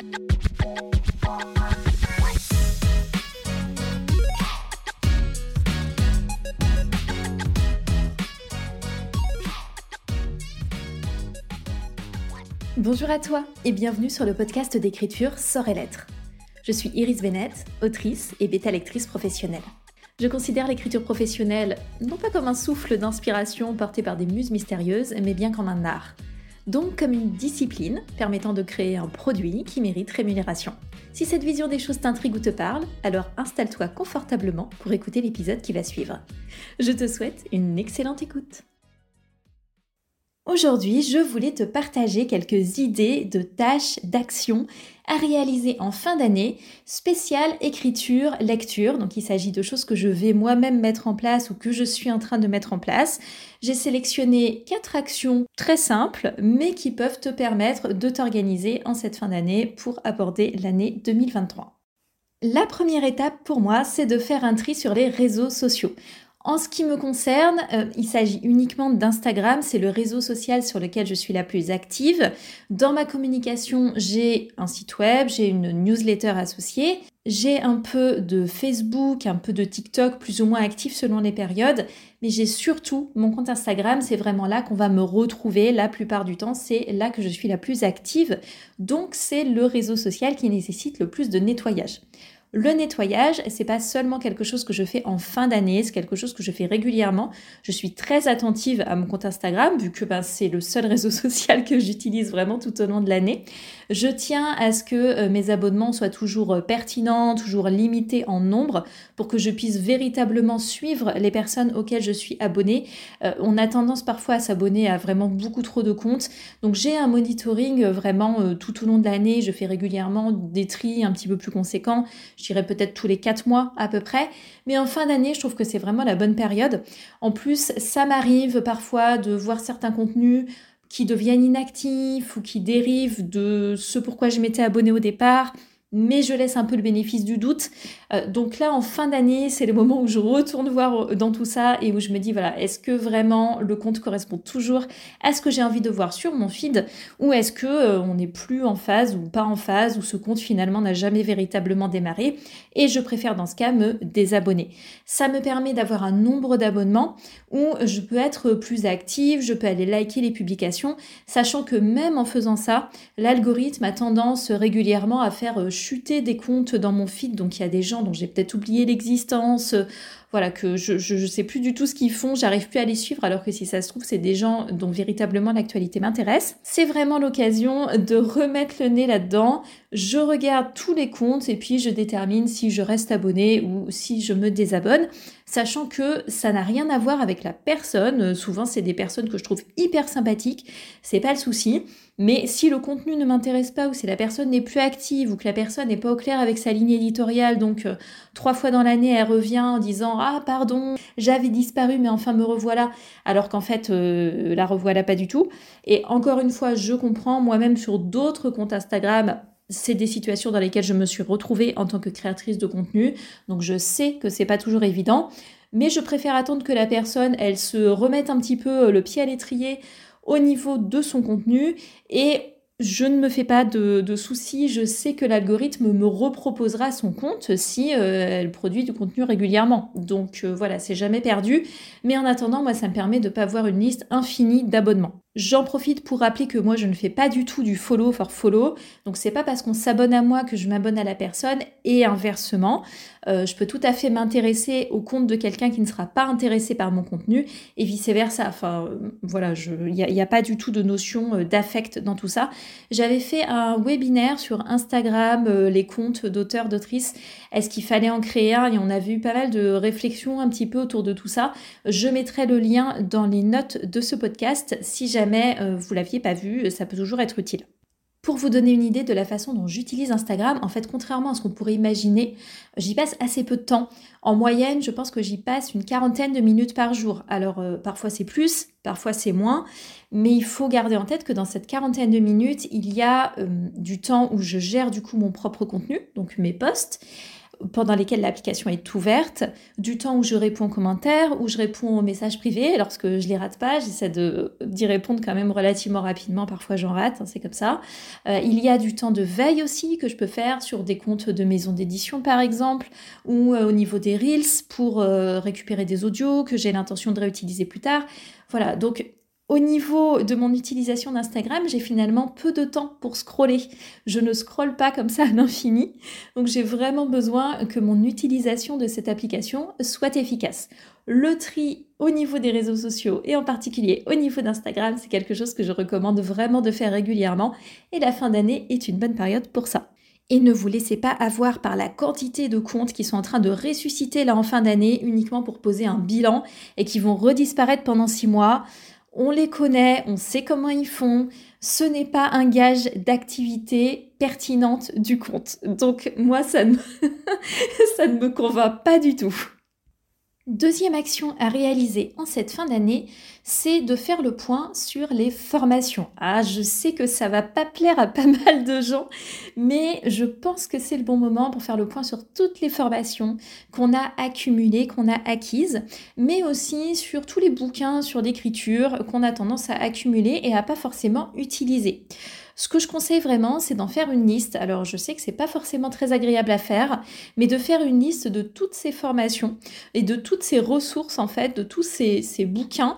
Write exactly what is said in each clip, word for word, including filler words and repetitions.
Bonjour à toi et bienvenue sur le podcast d'écriture Sort et Lettres. Je suis Iris Bennett, autrice et bêta-lectrice professionnelle. Je considère l'écriture professionnelle non pas comme un souffle d'inspiration porté par des muses mystérieuses, mais bien comme un art. Donc comme une discipline permettant de créer un produit qui mérite rémunération. Si cette vision des choses t'intrigue ou te parle, alors installe-toi confortablement pour écouter l'épisode qui va suivre. Je te souhaite une excellente écoute. Aujourd'hui, je voulais te partager quelques idées de tâches, d'actions à réaliser en fin d'année, spéciale écriture, lecture. Donc il s'agit de choses que je vais moi-même mettre en place ou que je suis en train de mettre en place. J'ai sélectionné quatre actions très simples, mais qui peuvent te permettre de t'organiser en cette fin d'année pour aborder l'année deux mille vingt-trois. La première étape pour moi, c'est de faire un tri sur les réseaux sociaux. En ce qui me concerne, euh, il s'agit uniquement d'Instagram, c'est le réseau social sur lequel je suis la plus active. Dans ma communication, j'ai un site web, j'ai une newsletter associée, j'ai un peu de Facebook, un peu de TikTok, plus ou moins actif selon les périodes, mais j'ai surtout mon compte Instagram, c'est vraiment là qu'on va me retrouver la plupart du temps, c'est là que je suis la plus active, donc c'est le réseau social qui nécessite le plus de nettoyage. Le nettoyage, c'est pas seulement quelque chose que je fais en fin d'année, c'est quelque chose que je fais régulièrement. Je suis très attentive à mon compte Instagram, vu que ben, c'est le seul réseau social que j'utilise vraiment tout au long de l'année. Je tiens à ce que euh, mes abonnements soient toujours euh, pertinents, toujours limités en nombre, pour que je puisse véritablement suivre les personnes auxquelles je suis abonnée. Euh, on a tendance parfois à s'abonner à vraiment beaucoup trop de comptes. Donc j'ai un monitoring euh, vraiment euh, tout au long de l'année. Je fais régulièrement des tris un petit peu plus conséquents. Je dirais peut-être tous les quatre mois à peu près. Mais en fin d'année, je trouve que c'est vraiment la bonne période. En plus, ça m'arrive parfois de voir certains contenus qui deviennent inactifs ou qui dérivent de ce pourquoi je m'étais abonnée au départ, mais je laisse un peu le bénéfice du doute. Euh, donc là, en fin d'année, c'est le moment où je retourne voir dans tout ça et où je me dis, voilà, est-ce que vraiment le compte correspond toujours à ce que j'ai envie de voir sur mon feed, ou est-ce que euh, on n'est plus en phase ou pas en phase, ou ce compte finalement n'a jamais véritablement démarré, et je préfère dans ce cas me désabonner. Ça me permet d'avoir un nombre d'abonnements où je peux être plus active, je peux aller liker les publications, sachant que même en faisant ça, l'algorithme a tendance régulièrement à faire chuter des comptes dans mon feed, donc il y a des gens dont j'ai peut-être oublié l'existence, euh, voilà, que je, je, je sais plus du tout ce qu'ils font, j'arrive plus à les suivre, alors que si ça se trouve, c'est des gens dont véritablement l'actualité m'intéresse. C'est vraiment l'occasion de remettre le nez là-dedans, je regarde tous les comptes et puis je détermine si je reste abonnée ou si je me désabonne, sachant que ça n'a rien à voir avec la personne, souvent c'est des personnes que je trouve hyper sympathiques, c'est pas le souci. Mais si le contenu ne m'intéresse pas ou si la personne n'est plus active ou que la personne n'est pas au clair avec sa ligne éditoriale, donc euh, trois fois dans l'année elle revient en disant « Ah pardon, j'avais disparu mais enfin me revoilà », alors qu'en fait euh, la revoilà pas du tout. Et encore une fois, je comprends, moi-même sur d'autres comptes Instagram, c'est des situations dans lesquelles je me suis retrouvée en tant que créatrice de contenu, donc je sais que c'est pas toujours évident, mais je préfère attendre que la personne, elle se remette un petit peu le pied à l'étrier au niveau de son contenu, et je ne me fais pas de, de soucis, je sais que l'algorithme me reproposera son compte si euh, elle produit du contenu régulièrement. Donc euh, voilà, c'est jamais perdu, mais en attendant, moi ça me permet de ne pas avoir une liste infinie d'abonnements. J'en profite pour rappeler que moi je ne fais pas du tout du follow for follow, donc c'est pas parce qu'on s'abonne à moi que je m'abonne à la personne, et inversement, euh, je peux tout à fait m'intéresser au compte de quelqu'un qui ne sera pas intéressé par mon contenu, et vice versa. Enfin euh, voilà, il n'y a, y a pas du tout de notion euh, d'affect dans tout ça. J'avais fait un webinaire sur Instagram, euh, les comptes d'auteurs, d'autrices, est-ce qu'il fallait en créer un, et on a vu pas mal de réflexions un petit peu autour de tout ça. Je mettrai le lien dans les notes de ce podcast si jamais jamais euh, vous l'aviez pas vu, ça peut toujours être utile. Pour vous donner une idée de la façon dont j'utilise Instagram, en fait, contrairement à ce qu'on pourrait imaginer, j'y passe assez peu de temps. En moyenne, je pense que j'y passe une quarantaine de minutes par jour. Alors, euh, parfois c'est plus, parfois c'est moins, mais il faut garder en tête que dans cette quarantaine de minutes, il y a euh, du temps où je gère du coup mon propre contenu, donc mes posts, pendant lesquels l'application est ouverte, du temps où je réponds aux commentaires, où je réponds aux messages privés. Lorsque je les rate pas, j'essaie de, d'y répondre quand même relativement rapidement. Parfois, j'en rate, hein, c'est comme ça. Euh, il y a du temps de veille aussi que je peux faire sur des comptes de maisons d'édition, par exemple, ou euh, au niveau des Reels pour euh, récupérer des audios que j'ai l'intention de réutiliser plus tard. Voilà, donc au niveau de mon utilisation d'Instagram, j'ai finalement peu de temps pour scroller. Je ne scrolle pas comme ça à l'infini. Donc j'ai vraiment besoin que mon utilisation de cette application soit efficace. Le tri au niveau des réseaux sociaux et en particulier au niveau d'Instagram, c'est quelque chose que je recommande vraiment de faire régulièrement et la fin d'année est une bonne période pour ça. Et ne vous laissez pas avoir par la quantité de comptes qui sont en train de ressusciter là en fin d'année uniquement pour poser un bilan et qui vont redisparaître pendant six mois. On les connaît, on sait comment ils font. Ce n'est pas un gage d'activité pertinente du compte. Donc moi, ça ne, ça ne me convainc pas du tout. Deuxième action à réaliser en cette fin d'année, c'est de faire le point sur les formations. Ah, je sais que ça va pas plaire à pas mal de gens, mais je pense que c'est le bon moment pour faire le point sur toutes les formations qu'on a accumulées, qu'on a acquises, mais aussi sur tous les bouquins sur l'écriture qu'on a tendance à accumuler et à pas forcément utiliser. Ce que je conseille vraiment, c'est d'en faire une liste. Alors, je sais que c'est pas forcément très agréable à faire, mais de faire une liste de toutes ces formations et de toutes ces ressources, en fait, de tous ces, ces bouquins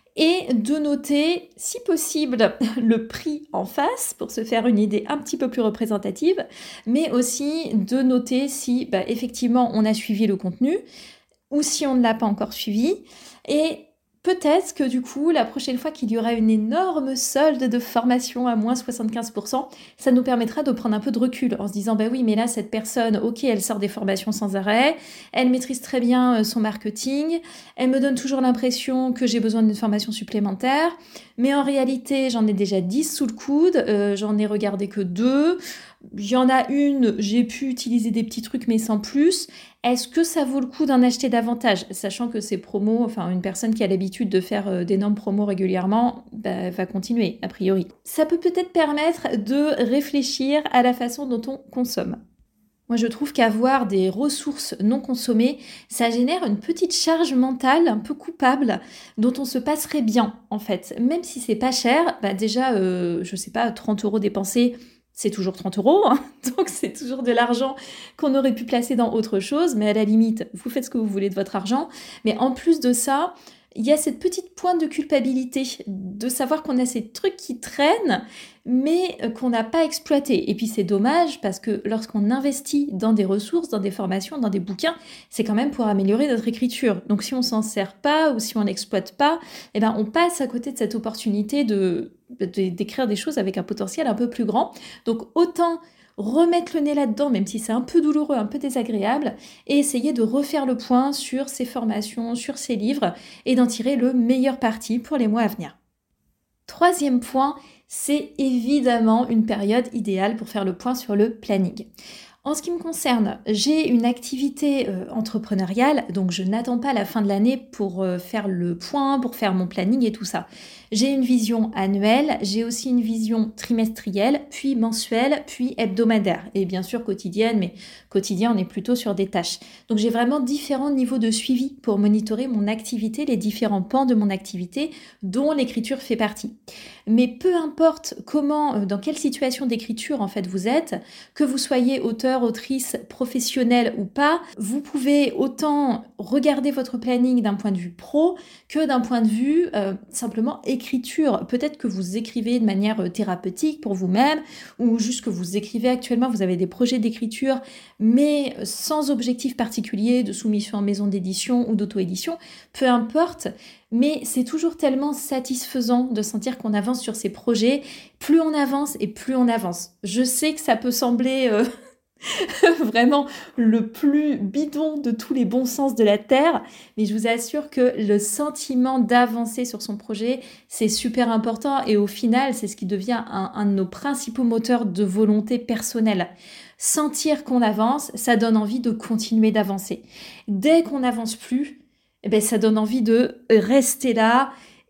et de noter, si possible, le prix en face pour se faire une idée un petit peu plus représentative, mais aussi de noter si, bah, effectivement, on a suivi le contenu ou si on ne l'a pas encore suivi. Et peut-être que du coup, la prochaine fois qu'il y aura une énorme solde de formation à moins soixante-quinze pour cent, ça nous permettra de prendre un peu de recul en se disant, bah oui, mais là, cette personne, ok, elle sort des formations sans arrêt, elle maîtrise très bien son marketing, elle me donne toujours l'impression que j'ai besoin d'une formation supplémentaire, mais en réalité, j'en ai déjà dix sous le coude, euh, j'en ai regardé que deux, il y en a une, j'ai pu utiliser des petits trucs, mais sans plus. Est-ce que ça vaut le coup d'en acheter davantage? Sachant que ces promos, enfin une personne qui a l'habitude de faire euh, d'énormes promos régulièrement, bah, va continuer, a priori. Ça peut peut-être permettre de réfléchir à la façon dont on consomme. Moi, je trouve qu'avoir des ressources non consommées, ça génère une petite charge mentale un peu coupable dont on se passerait bien, en fait. Même si c'est pas cher, bah déjà, euh, je sais pas, trente euros dépensés, c'est toujours trente euros, hein, donc c'est toujours de l'argent qu'on aurait pu placer dans autre chose, mais à la limite, vous faites ce que vous voulez de votre argent. Mais en plus de ça, il y a cette petite pointe de culpabilité de savoir qu'on a ces trucs qui traînent, mais qu'on n'a pas exploité. Et puis c'est dommage parce que lorsqu'on investit dans des ressources, dans des formations, dans des bouquins, c'est quand même pour améliorer notre écriture. Donc si on s'en sert pas ou si on n'exploite pas, eh ben on passe à côté de cette opportunité de, de, d'écrire des choses avec un potentiel un peu plus grand. Donc autant remettre le nez là-dedans, même si c'est un peu douloureux, un peu désagréable, et essayer de refaire le point sur ces formations, sur ces livres, et d'en tirer le meilleur parti pour les mois à venir. Troisième point, c'est évidemment une période idéale pour faire le point sur le planning. En ce qui me concerne, j'ai une activité euh, entrepreneuriale, donc je n'attends pas la fin de l'année pour euh, faire le point, pour faire mon planning et tout ça. J'ai une vision annuelle, j'ai aussi une vision trimestrielle, puis mensuelle, puis hebdomadaire. Et bien sûr quotidienne, mais quotidien, on est plutôt sur des tâches. Donc j'ai vraiment différents niveaux de suivi pour monitorer mon activité, les différents pans de mon activité, dont l'écriture fait partie. Mais peu importe comment, dans quelle situation d'écriture en fait vous êtes, que vous soyez auteur, autrice, professionnelle ou pas, vous pouvez autant regarder votre planning d'un point de vue pro que d'un point de vue euh, simplement écriture. Peut-être que vous écrivez de manière thérapeutique pour vous-même ou juste que vous écrivez actuellement, vous avez des projets d'écriture mais sans objectif particulier de soumission en maison d'édition ou d'auto-édition, peu importe. Mais c'est toujours tellement satisfaisant de sentir qu'on avance sur ces projets. Plus on avance et plus on avance. Je sais que ça peut sembler euh, vraiment le plus bidon de tous les bons sens de la Terre, mais je vous assure que le sentiment d'avancer sur son projet, c'est super important et au final, c'est ce qui devient un, un de nos principaux moteurs de volonté personnelle. Sentir qu'on avance, ça donne envie de continuer d'avancer. Dès qu'on n'avance plus, eh ben, ça donne envie de rester là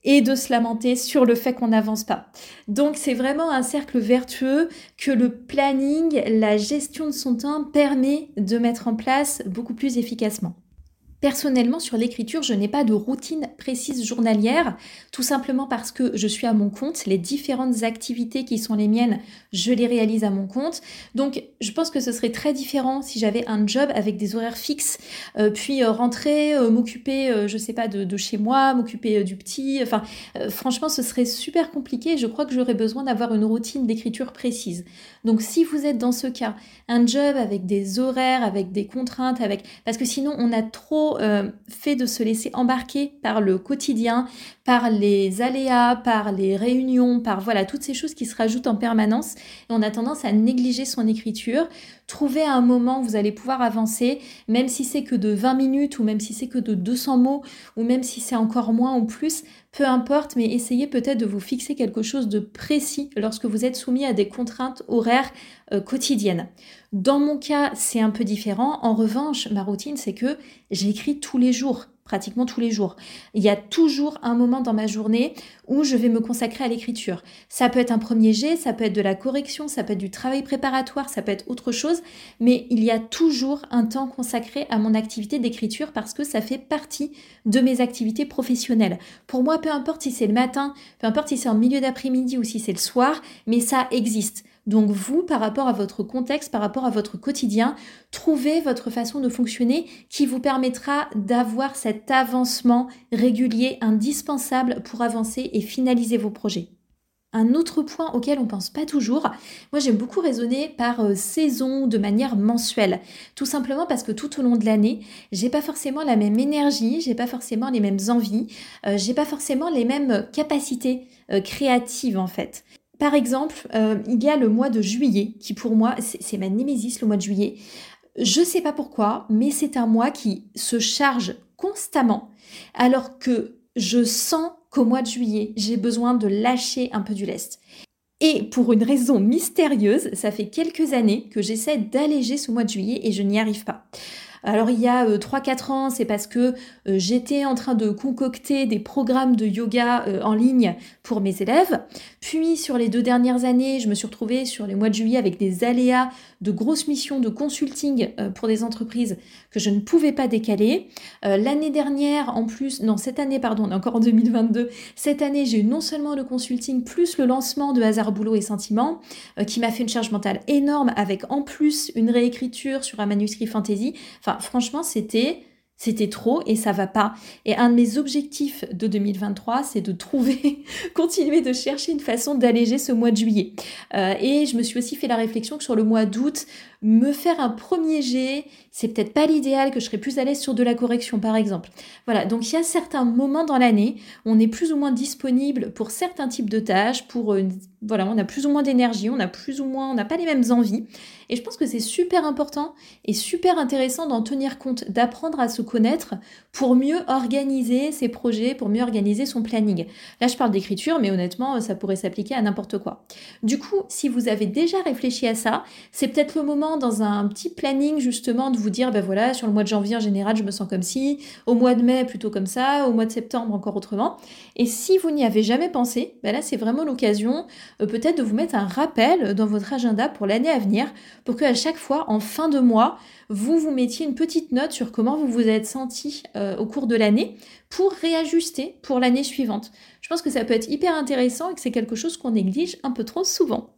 et de se lamenter sur le fait qu'on n'avance pas. Donc c'est vraiment un cercle vertueux que le planning, la gestion de son temps permet de mettre en place beaucoup plus efficacement. Personnellement, sur l'écriture, je n'ai pas de routine précise journalière, tout simplement parce que je suis à mon compte. Les différentes activités qui sont les miennes, je les réalise à mon compte. Donc, je pense que ce serait très différent si j'avais un job avec des horaires fixes, euh, puis euh, rentrer, euh, m'occuper, euh, je sais pas, de, de chez moi, m'occuper euh, du petit. Enfin, euh, franchement, ce serait super compliqué. Je crois que j'aurais besoin d'avoir une routine d'écriture précise. Donc, si vous êtes dans ce cas, un job avec des horaires, avec des contraintes, avec parce que sinon, on a trop Euh, fait de se laisser embarquer par le quotidien, par les aléas, par les réunions, par voilà toutes ces choses qui se rajoutent en permanence et on a tendance à négliger son écriture. Trouvez un moment où vous allez pouvoir avancer, même si c'est que de vingt minutes ou même si c'est que de deux cents mots ou même si c'est encore moins ou plus, peu importe, mais essayez peut-être de vous fixer quelque chose de précis lorsque vous êtes soumis à des contraintes horaires euh, quotidiennes. Dans mon cas, c'est un peu différent. En revanche, ma routine, c'est que j'écris tous les jours, pratiquement tous les jours. Il y a toujours un moment dans ma journée où je vais me consacrer à l'écriture. Ça peut être un premier jet, ça peut être de la correction, ça peut être du travail préparatoire, ça peut être autre chose, mais il y a toujours un temps consacré à mon activité d'écriture parce que ça fait partie de mes activités professionnelles. Pour moi, peu importe si c'est le matin, peu importe si c'est en milieu d'après-midi ou si c'est le soir, mais ça existe. Donc vous, par rapport à votre contexte, par rapport à votre quotidien, trouvez votre façon de fonctionner qui vous permettra d'avoir cet avancement régulier indispensable pour avancer et finaliser vos projets. Un autre point auquel on ne pense pas toujours, moi j'aime beaucoup raisonner par euh, saison, de manière mensuelle. Tout simplement parce que tout au long de l'année, j'ai pas forcément la même énergie, j'ai pas forcément les mêmes envies, euh, j'ai pas forcément les mêmes capacités euh, créatives en fait. Par exemple, euh, il y a le mois de juillet, qui pour moi, c'est, c'est ma némésis, le mois de juillet. Je sais pas pourquoi, mais c'est un mois qui se charge constamment, alors que je sens qu'au mois de juillet, j'ai besoin de lâcher un peu du lest. Et pour une raison mystérieuse, ça fait quelques années que j'essaie d'alléger ce mois de juillet et je n'y arrive pas. Alors il y a euh, trois quatre ans, c'est parce que euh, j'étais en train de concocter des programmes de yoga euh, en ligne pour mes élèves. Puis sur les deux dernières années, je me suis retrouvée sur les mois de juillet avec des aléas de grosses missions de consulting euh, pour des entreprises que je ne pouvais pas décaler. Euh, l'année dernière, en plus, non cette année pardon, on est encore en deux mille vingt-deux, cette année j'ai eu non seulement le consulting plus le lancement de Hasard Boulot et Sentiments euh, qui m'a fait une charge mentale énorme avec en plus une réécriture sur un manuscrit fantasy. Enfin, franchement, c'était, c'était trop et ça va pas. Et un de mes objectifs de deux mille vingt-trois, c'est de trouver, continuer de chercher une façon d'alléger ce mois de juillet. Euh, et je me suis aussi fait la réflexion que sur le mois d'août, me faire un premier jet, c'est peut-être pas l'idéal, que je serais plus à l'aise sur de la correction par exemple. Voilà, donc il y a certains moments dans l'année où on est plus ou moins disponible pour certains types de tâches, pour euh, voilà, on a plus ou moins d'énergie, on a plus ou moins, on n'a pas les mêmes envies. Et je pense que c'est super important et super intéressant d'en tenir compte, d'apprendre à se connaître pour mieux organiser ses projets, pour mieux organiser son planning. Là, je parle d'écriture, mais honnêtement, ça pourrait s'appliquer à n'importe quoi. Du coup, si vous avez déjà réfléchi à ça, c'est peut-être le moment dans un petit planning justement de vous dire, ben voilà, sur le mois de janvier en général, je me sens comme ci, au mois de mai plutôt comme ça, au mois de septembre encore autrement. Et si vous n'y avez jamais pensé, ben là, c'est vraiment l'occasion euh, peut-être de vous mettre un rappel dans votre agenda pour l'année à venir, pour qu'à chaque fois, en fin de mois, vous vous mettiez une petite note sur comment vous vous êtes senti euh, au cours de l'année pour réajuster pour l'année suivante. Je pense que ça peut être hyper intéressant et que c'est quelque chose qu'on néglige un peu trop souvent.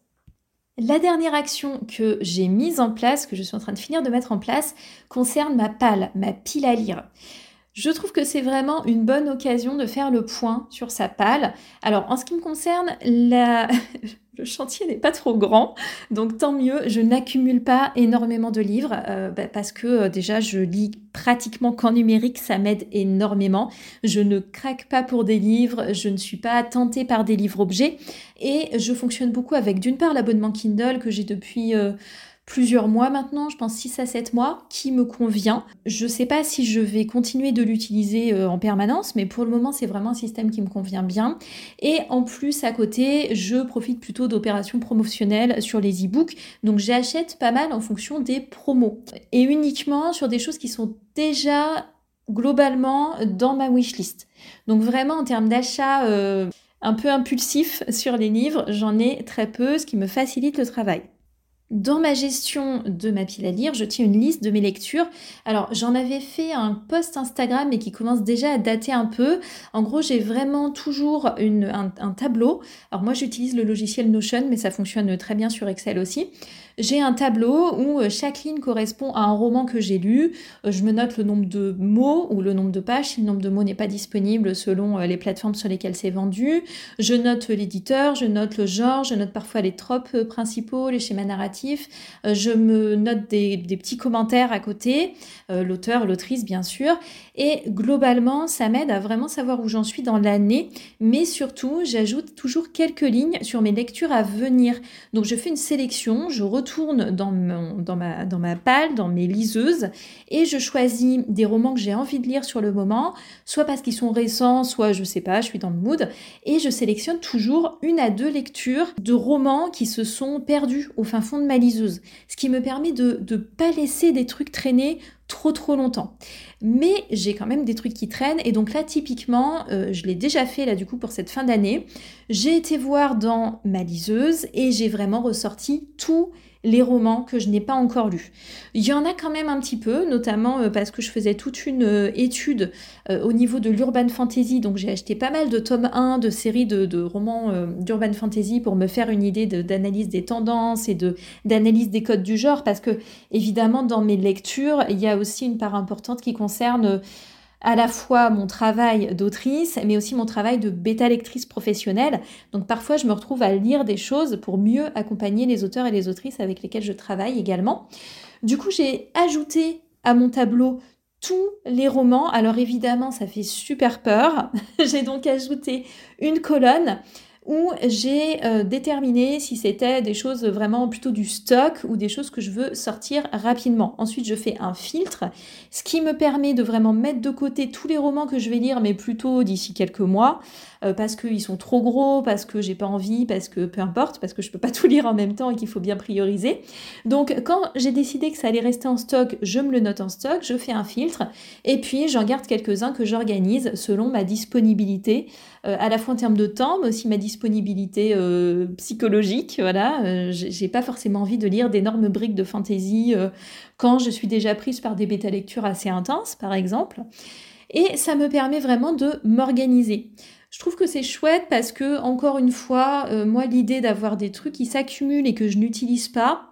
La dernière action que j'ai mise en place, que je suis en train de finir de mettre en place, concerne ma palle, ma pile à lire. Je trouve que c'est vraiment une bonne occasion de faire le point sur sa palle. Alors, en ce qui me concerne, la... le chantier n'est pas trop grand, donc tant mieux. Je n'accumule pas énormément de livres euh, bah, parce que euh, déjà, je lis pratiquement qu'en numérique, ça m'aide énormément. Je ne craque pas pour des livres, je ne suis pas tentée par des livres-objets et je fonctionne beaucoup avec, d'une part, l'abonnement Kindle que j'ai depuis... Euh, plusieurs mois maintenant, je pense six à sept mois, qui me convient. Je sais pas si je vais continuer de l'utiliser euh, en permanence, mais pour le moment, c'est vraiment un système qui me convient bien. Et en plus, à côté, je profite plutôt d'opérations promotionnelles sur les e-books, donc j'achète pas mal en fonction des promos. Et uniquement sur des choses qui sont déjà globalement dans ma wishlist. Donc vraiment en termes d'achat euh, un peu impulsif sur les livres, j'en ai très peu, ce qui me facilite le travail. Dans ma gestion de ma pile à lire, je tiens une liste de mes lectures. Alors, j'en avais fait un post Instagram, mais qui commence déjà à dater un peu. En gros, j'ai vraiment toujours une, un, un tableau. Alors moi, j'utilise le logiciel Notion, mais ça fonctionne très bien sur Excel aussi. J'ai un tableau où chaque ligne correspond à un roman que j'ai lu. Je me note le nombre de mots ou le nombre de pages si le nombre de mots n'est pas disponible selon les plateformes sur lesquelles c'est vendu. Je note l'éditeur, je note le genre, je note parfois les tropes principaux, les schémas narratifs. Je me note des, des petits commentaires à côté, euh, l'auteur, l'autrice bien sûr. Et globalement, ça m'aide à vraiment savoir où j'en suis dans l'année. Mais surtout, j'ajoute toujours quelques lignes sur mes lectures à venir. Donc je fais une sélection, je retourne dans, mon, dans, ma, dans ma palle, dans mes liseuses, et je choisis des romans que j'ai envie de lire sur le moment, soit parce qu'ils sont récents, soit je sais pas, je suis dans le mood, et je sélectionne toujours une à deux lectures de romans qui se sont perdus au fin fond de ma liseuse, ce qui me permet de ne pas laisser des trucs traîner trop trop longtemps. Mais j'ai quand même des trucs qui traînent, et donc là typiquement, euh, je l'ai déjà fait là du coup pour cette fin d'année, j'ai été voir dans ma liseuse et j'ai vraiment ressorti tous les romans que je n'ai pas encore lus. Il y en a quand même un petit peu, notamment euh, parce que je faisais toute une euh, étude euh, au niveau de l'urban fantasy, donc j'ai acheté pas mal de tomes un de séries de, de romans euh, d'urban fantasy pour me faire une idée de, d'analyse des tendances et de, d'analyse des codes du genre, parce que évidemment dans mes lectures, il y a aussi une part importante qui concerne euh, à la fois mon travail d'autrice, mais aussi mon travail de bêta-lectrice professionnelle. Donc parfois, je me retrouve à lire des choses pour mieux accompagner les auteurs et les autrices avec lesquels je travaille également. Du coup, j'ai ajouté à mon tableau tous les romans. Alors évidemment, ça fait super peur. J'ai donc ajouté une colonne où j'ai euh, déterminé si c'était des choses vraiment plutôt du stock ou des choses que je veux sortir rapidement. Ensuite, je fais un filtre, ce qui me permet de vraiment mettre de côté tous les romans que je vais lire, mais plutôt d'ici quelques mois, euh, parce qu'ils sont trop gros, parce que j'ai pas envie, parce que peu importe, parce que je peux pas tout lire en même temps et qu'il faut bien prioriser. Donc, quand j'ai décidé que ça allait rester en stock, je me le note en stock, je fais un filtre, et puis j'en garde quelques-uns que j'organise selon ma disponibilité, euh, à la fois en termes de temps, mais aussi ma disponibilité euh, psychologique. Voilà, euh, j'ai pas forcément envie de lire d'énormes briques de fantaisie euh, quand je suis déjà prise par des bêta-lectures assez intenses, par exemple. Et ça me permet vraiment de m'organiser. Je trouve que c'est chouette parce que, encore une fois, euh, moi, l'idée d'avoir des trucs qui s'accumulent et que je n'utilise pas,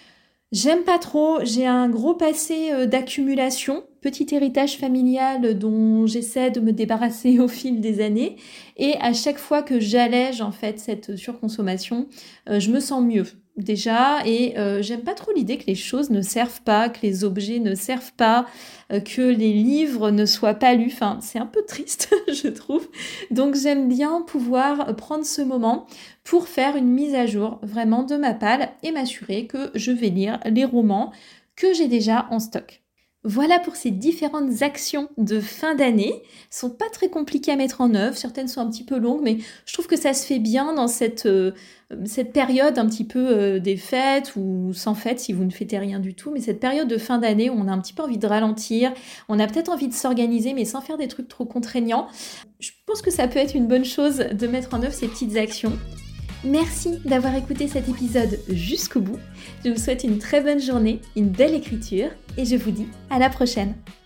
j'aime pas trop. J'ai un gros passé euh, d'accumulation, petit héritage familial dont j'essaie de me débarrasser au fil des années. Et à chaque fois que j'allège en fait cette surconsommation, euh, je me sens mieux déjà. Et euh, j'aime pas trop l'idée que les choses ne servent pas, que les objets ne servent pas, euh, que les livres ne soient pas lus. Enfin, c'est un peu triste, je trouve. Donc j'aime bien pouvoir prendre ce moment pour faire une mise à jour vraiment de ma palle et m'assurer que je vais lire les romans que j'ai déjà en stock. Voilà pour ces différentes actions de fin d'année. Elles sont pas très compliquées à mettre en œuvre, certaines sont un petit peu longues, mais je trouve que ça se fait bien dans cette, euh, cette période un petit peu euh, des fêtes ou sans fêtes si vous ne fêtez rien du tout, mais cette période de fin d'année où on a un petit peu envie de ralentir, on a peut-être envie de s'organiser mais sans faire des trucs trop contraignants. Je pense que ça peut être une bonne chose de mettre en œuvre ces petites actions. Merci d'avoir écouté cet épisode jusqu'au bout. Je vous souhaite une très bonne journée, une belle écriture et je vous dis à la prochaine.